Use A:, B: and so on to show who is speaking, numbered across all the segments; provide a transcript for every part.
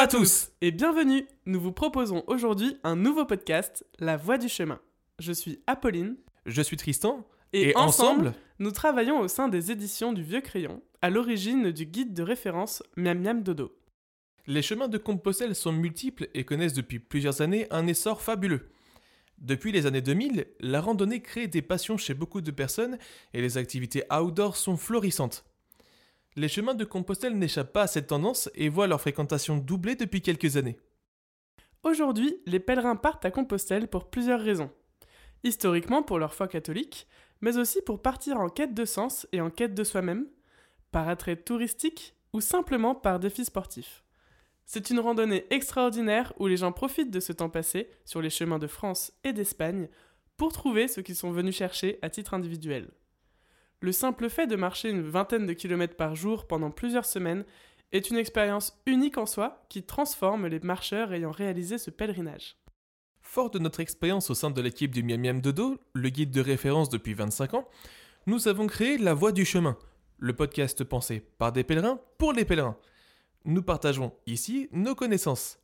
A: à tous et bienvenue. Nous vous proposons aujourd'hui un nouveau podcast, La Voix du Chemin. Je suis Apolline.
B: Je suis Tristan.
A: Et ensemble, nous travaillons au sein des éditions du Vieux Crayon, à l'origine du guide de référence Miam Miam Dodo.
B: Les chemins de Compostelle sont multiples et connaissent depuis plusieurs années un essor fabuleux. Depuis les années 2000, la randonnée crée des passions chez beaucoup de personnes et les activités outdoor sont florissantes. Les chemins de Compostelle n'échappent pas à cette tendance et voient leur fréquentation doubler depuis quelques années.
A: Aujourd'hui, les pèlerins partent à Compostelle pour plusieurs raisons. Historiquement pour leur foi catholique, mais aussi pour partir en quête de sens et en quête de soi-même, par attrait touristique ou simplement par défi sportif. C'est une randonnée extraordinaire où les gens profitent de ce temps passé sur les chemins de France et d'Espagne pour trouver ce qu'ils sont venus chercher à titre individuel. Le simple fait de marcher une vingtaine de kilomètres par jour pendant plusieurs semaines est une expérience unique en soi qui transforme les marcheurs ayant réalisé ce pèlerinage.
B: Fort de notre expérience au sein de l'équipe du Miam Miam Dodo, le guide de référence depuis 25 ans, nous avons créé La Voix du Chemin, le podcast pensé par des pèlerins pour les pèlerins. Nous partageons ici nos connaissances.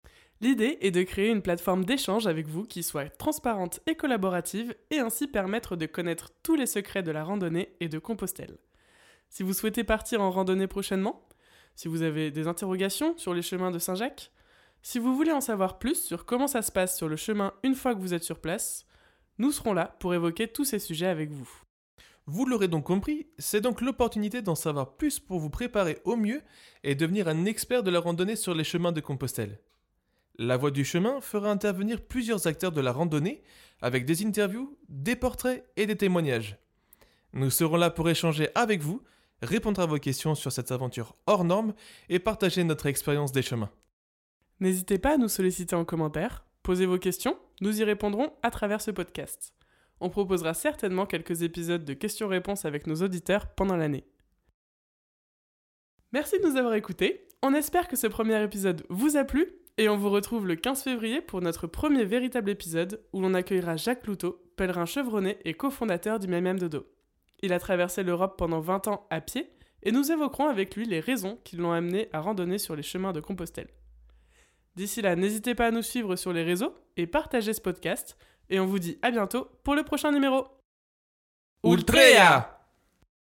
A: L'idée est de créer une plateforme d'échange avec vous qui soit transparente et collaborative et ainsi permettre de connaître tous les secrets de la randonnée et de Compostelle. Si vous souhaitez partir en randonnée prochainement, si vous avez des interrogations sur les chemins de Saint-Jacques, si vous voulez en savoir plus sur comment ça se passe sur le chemin une fois que vous êtes sur place, nous serons là pour évoquer tous ces sujets avec vous.
B: Vous l'aurez donc compris, c'est donc l'opportunité d'en savoir plus pour vous préparer au mieux et devenir un expert de la randonnée sur les chemins de Compostelle. La Voix du Chemin fera intervenir plusieurs acteurs de la randonnée avec des interviews, des portraits et des témoignages. Nous serons là pour échanger avec vous, répondre à vos questions sur cette aventure hors norme et partager notre expérience des chemins.
A: N'hésitez pas à nous solliciter en commentaire, posez vos questions, nous y répondrons à travers ce podcast. On proposera certainement quelques épisodes de questions-réponses avec nos auditeurs pendant l'année. Merci de nous avoir écoutés, on espère que ce premier épisode vous a plu et on vous retrouve le 15 février pour notre premier véritable épisode où l'on accueillera Jacques Loutot, pèlerin chevronné et cofondateur du Miam Miam Dodo. Il a traversé l'Europe pendant 20 ans à pied et nous évoquerons avec lui les raisons qui l'ont amené à randonner sur les chemins de Compostelle. D'ici là, n'hésitez pas à nous suivre sur les réseaux et partager ce podcast et on vous dit à bientôt pour le prochain numéro.
B: Ultreya!